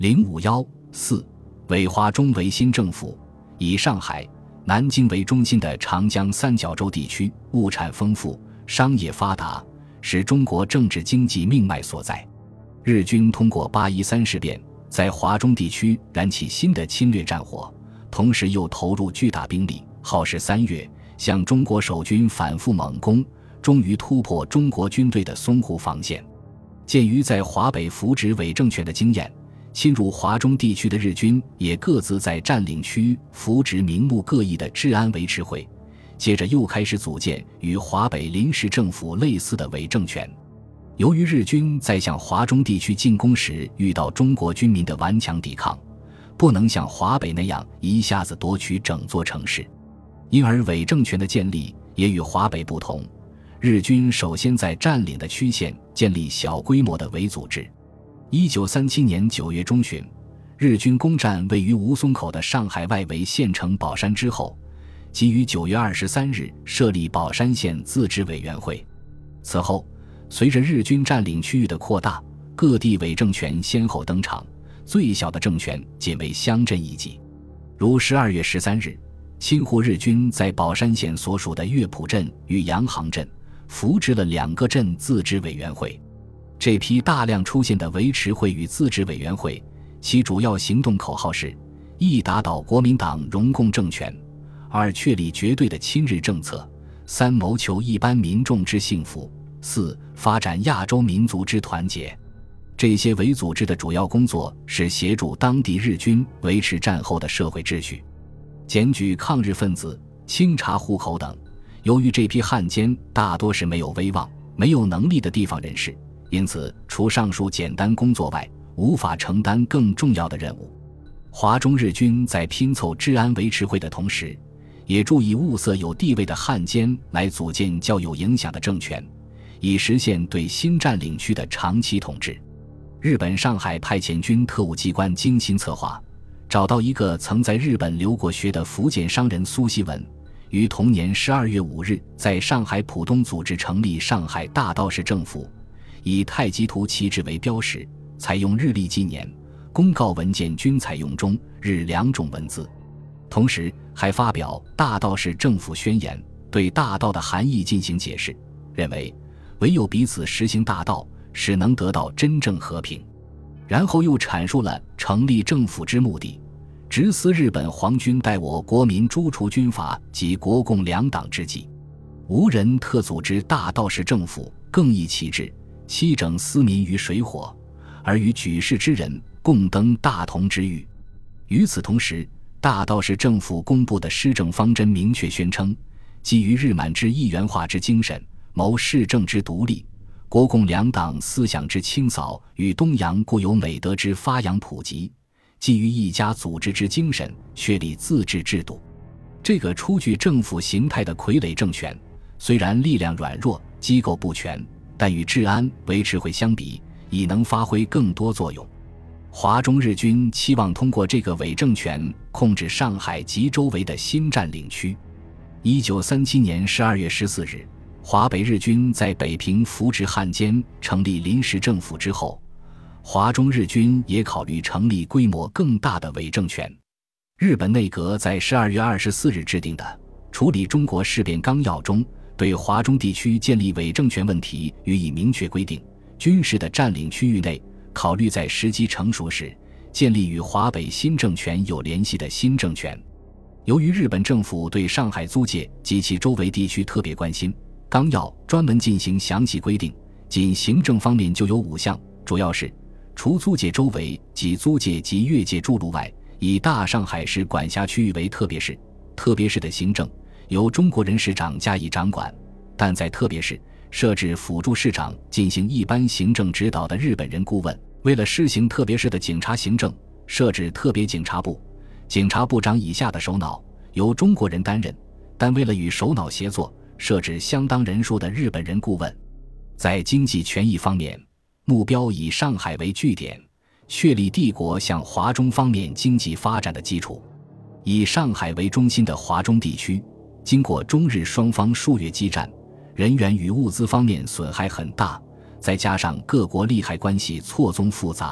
0514为华中为新政府，以上海、南京为中心的长江三角洲地区物产丰富，商业发达，是中国政治经济命脉所在。日军通过8·13事变在华中地区燃起新的侵略战火，同时又投入巨大兵力，耗时3月，向中国守军反复猛攻，终于突破中国军队的淞沪防线。鉴于在华北扶植伪政权的经验，侵入华中地区的日军也各自在占领区扶植名目各异的治安维持会，接着又开始组建与华北临时政府类似的伪政权。由于日军在向华中地区进攻时遇到中国军民的顽强抵抗，不能像华北那样一下子夺取整座城市，因而伪政权的建立也与华北不同。日军首先在占领的区县建立小规模的伪组织。1937年9月中旬，日军攻占位于吴淞口的上海外围县城宝山之后，即于9月23日设立宝山县自治委员会。此后，随着日军占领区域的扩大，各地伪政权先后登场，最小的政权仅为乡镇一级。如12月13日，侵沪日军在宝山县所属的乐浦镇与洋行镇扶植了2个镇自治委员会。这批大量出现的维持会与自治委员会，其主要行动口号是：一打倒国民党容共政权，2确立绝对的亲日政策，3谋求一般民众之幸福，4发展亚洲民族之团结。这些伪组织的主要工作是协助当地日军维持战后的社会秩序，检举抗日分子，清查户口等。由于这批汉奸大多是没有威望、没有能力的地方人士，因此除上述简单工作外，无法承担更重要的任务。华中日军在拼凑治安维持会的同时，也注意物色有地位的汉奸来组建较有影响的政权，以实现对新占领区的长期统治。日本上海派遣军特务机关精心策划，找到一个曾在日本留过学的福建商人苏锡文，于同年12月5日在上海浦东组织成立上海大道市政府，以太极图旗帜为标识，采用日历纪年，公告文件均采用中日2种文字。同时还发表大道市政府宣言，对大道的含义进行解释，认为唯有彼此实行大道，使能得到真正和平。然后又阐述了成立政府之目的，直思日本皇军待我国民诛除军阀及国共2党之计，无人特组织大道市政府，更议其志，西整思民于水火，而与举世之人共登大同之域。与此同时，大道市政府公布的施政方针明确宣称，基于日满之一元化之精神，谋市政之独立，国共2党思想之清扫与东洋固有美德之发扬普及，基于一家组织之精神，确立自治制度。这个初具政府形态的傀儡政权，虽然力量软弱，机构不全，但与治安维持会相比，已能发挥更多作用。华中日军期望通过这个伪政权控制上海及周围的新占领区。1937年12月14日，华北日军在北平扶植汉奸，成立临时政府之后，华中日军也考虑成立规模更大的伪政权。日本内阁在12月24日制定的《处理中国事变纲要》中，对华中地区建立伪政权问题予以明确规定，军事的占领区域内，考虑在时机成熟时建立与华北新政权有联系的新政权。由于日本政府对上海租界及其周围地区特别关心，纲要专门进行详细规定，仅行政方面就有5项，主要是除租界周围及租界及越界筑路外，以大上海市管辖区域为特别市，特别市的行政由中国人市长加以掌管，但在特别市设置辅助市长进行一般行政指导的日本人顾问。为了施行特别市的警察行政，设置特别警察部，警察部长以下的首脑由中国人担任，但为了与首脑协作，设置相当人数的日本人顾问。在经济权益方面，目标以上海为据点，确立帝国向华中方面经济发展的基础。以上海为中心的华中地区，经过中日双方数月激战，人员与物资方面损害很大，再加上各国利害关系错综复杂，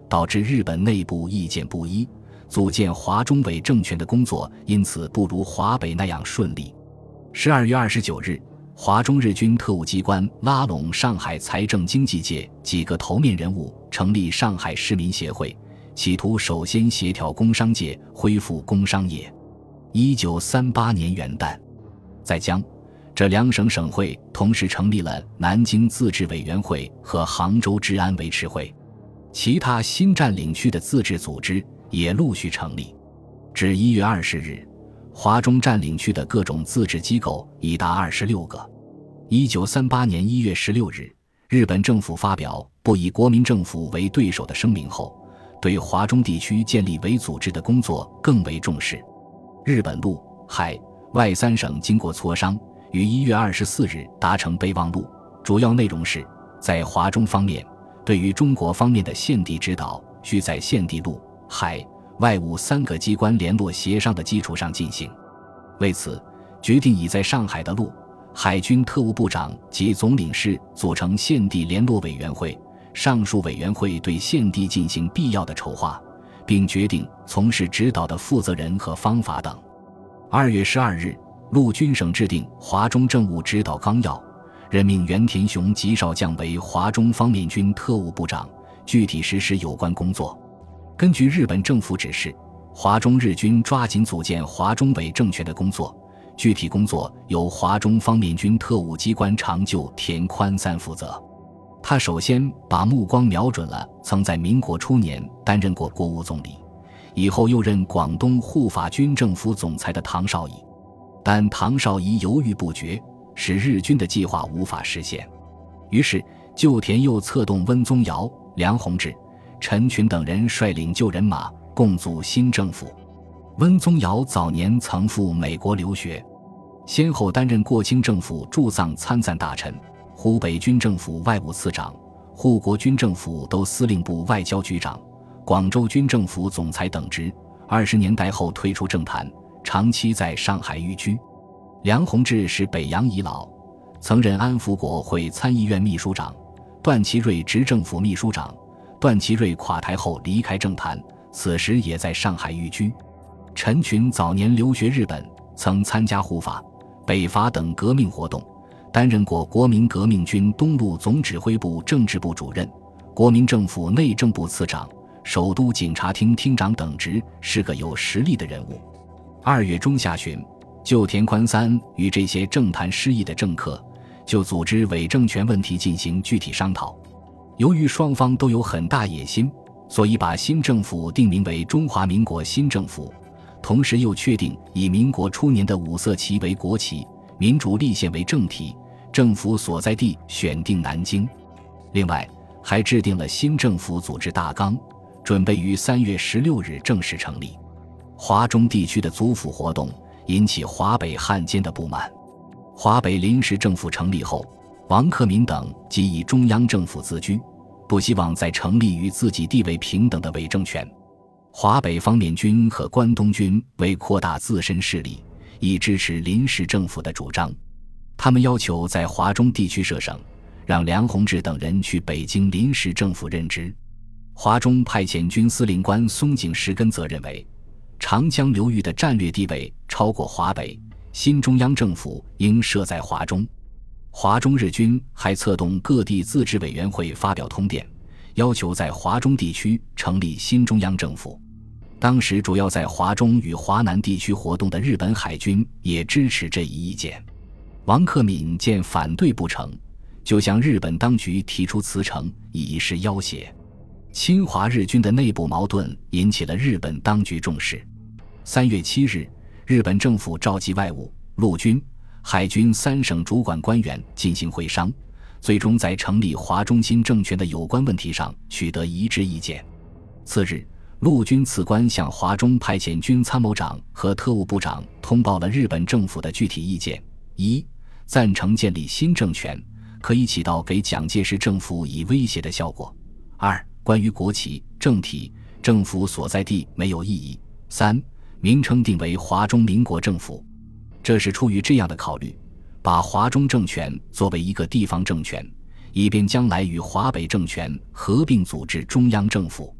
导致日本内部意见不一，组建华中伪政权的工作因此不如华北那样顺利。12月29日，华中日军特务机关拉拢上海财政经济界几个头面人物，成立上海市民协会，企图首先协调工商界，恢复工商业。1938年元旦，在江这两省省会同时成立了南京自治委员会和杭州治安维持会，其他新占领区的自治组织也陆续成立。至1月20日，华中占领区的各种自治机构已达26个。1938年1月16日，日本政府发表不以国民政府为对手的声明后，对华中地区建立伪组织的工作更为重视。日本陆、海、外三省经过磋商，于1月24日达成备忘录，主要内容是在华中方面，对于中国方面的现地指导，需在现地陆、海、外务3个机关联络协商的基础上进行。为此，决定以在上海的陆、海军特务部长及总领事组成现地联络委员会，上述委员会对现地进行必要的筹划，并决定从事指导的负责人和方法等。2月12日，陆军省制定华中政务指导纲要，任命原田雄及少将为华中方面军特务部长，具体实施有关工作。根据日本政府指示，华中日军抓紧组建华中伪政权的工作，具体工作由华中方面军特务机关长就田宽三负责。他首先把目光瞄准了曾在民国初年担任过国务总理，以后又任广东护法军政府总裁的唐绍仪。但唐绍仪犹豫不决，使日军的计划无法实现。于是就田又策动温宗尧、梁鸿志、陈群等人率领旧人马共组新政府。温宗尧早年曾赴美国留学，先后担任过清政府驻藏参赞大臣、湖北军政府外务次长、护国军政府都司令部外交局长、广州军政府总裁等职。20年代后退出政坛，长期在上海寓居。梁鸿志是北洋遗老，曾任安福国会参议院秘书长、段祺瑞执政府秘书长。段祺瑞垮台后离开政坛，此时也在上海寓居。陈群早年留学日本，曾参加护法、北伐等革命活动，担任过国民革命军东路总指挥部政治部主任、国民政府内政部次长、首都警察厅厅长等职，是个有实力的人物。2月中下旬，就田宽三与这些政坛失意的政客就组织伪政权问题进行具体商讨。由于双方都有很大野心，所以把新政府定名为中华民国新政府，同时又确定以民国初年的五色旗为国旗，民主立宪为正题，政府所在地选定南京。另外还制定了新政府组织大纲，准备于3月16日正式成立。华中地区的租府活动引起华北汉奸的不满。华北临时政府成立后，王克敏等即以中央政府自居，不希望再成立与自己地位平等的伪政权。华北方面军和关东军为扩大自身势力，以支持临时政府的主张。他们要求在华中地区设省，让梁鸿志等人去北京临时政府任职。华中派遣军司令官松井石根则认为，长江流域的战略地位超过华北，新中央政府应设在华中。华中日军还策动各地自治委员会发表通电，要求在华中地区成立新中央政府。当时主要在华中与华南地区活动的日本海军也支持这一意见。王克敏见反对不成，就向日本当局提出辞呈，以示要挟。侵华日军的内部矛盾引起了日本当局重视。3月7日，日本政府召集外务、陆军、海军3省主管官员进行会商，最终在成立华中新政权的有关问题上取得一致意见。次日，陆军次官向华中派遣军参谋长和特务部长通报了日本政府的具体意见：一、赞成建立新政权，可以起到给蒋介石政府以威胁的效果；二、关于国旗、政体、政府所在地没有异议；三、名称定为华中民国政府。这是出于这样的考虑，把华中政权作为一个地方政权，以便将来与华北政权合并组织中央政府。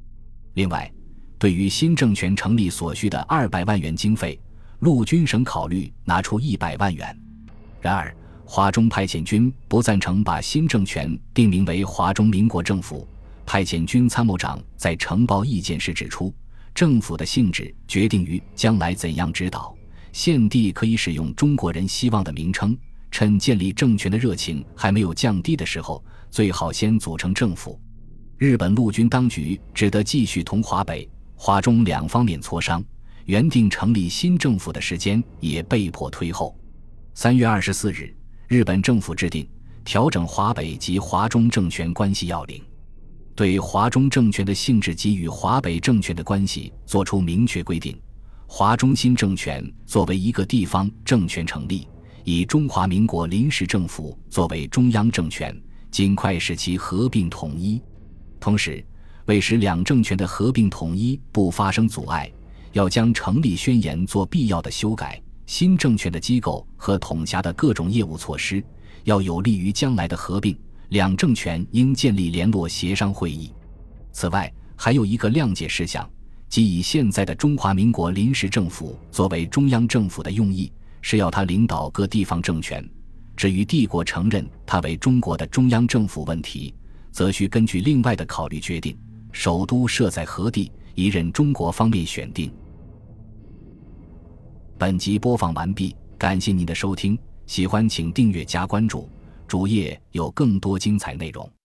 另外，对于新政权成立所需的200万元经费，陆军省考虑拿出100万元。然而，华中派遣军不赞成把新政权定名为华中民国政府。派遣军参谋长在呈报意见时指出，政府的性质决定于将来怎样指导，现地可以使用中国人希望的名称，趁建立政权的热情还没有降低的时候，最好先组成政府。日本陆军当局只得继续同华北、华中两方面磋商，原定成立新政府的时间也被迫推后。3月24日，日本政府制定调整华北及华中政权关系要领，对华中政权的性质及与华北政权的关系作出明确规定。华中新政权作为一个地方政权成立，以中华民国临时政府作为中央政权，尽快使其合并统一。同时，为使两政权的合并统一不发生阻碍，要将成立宣言做必要的修改，新政权的机构和统辖的各种业务措施要有利于将来的合并，两政权应建立联络协商会议。此外，还有一个谅解事项，即以现在的中华民国临时政府作为中央政府的用意，是要他领导各地方政权。至于帝国承认他为中国的中央政府问题，则需根据另外的考虑决定，首都设在何地，一任中国方面选定。本集播放完毕，感谢您的收听，喜欢请订阅加关注，主页有更多精彩内容。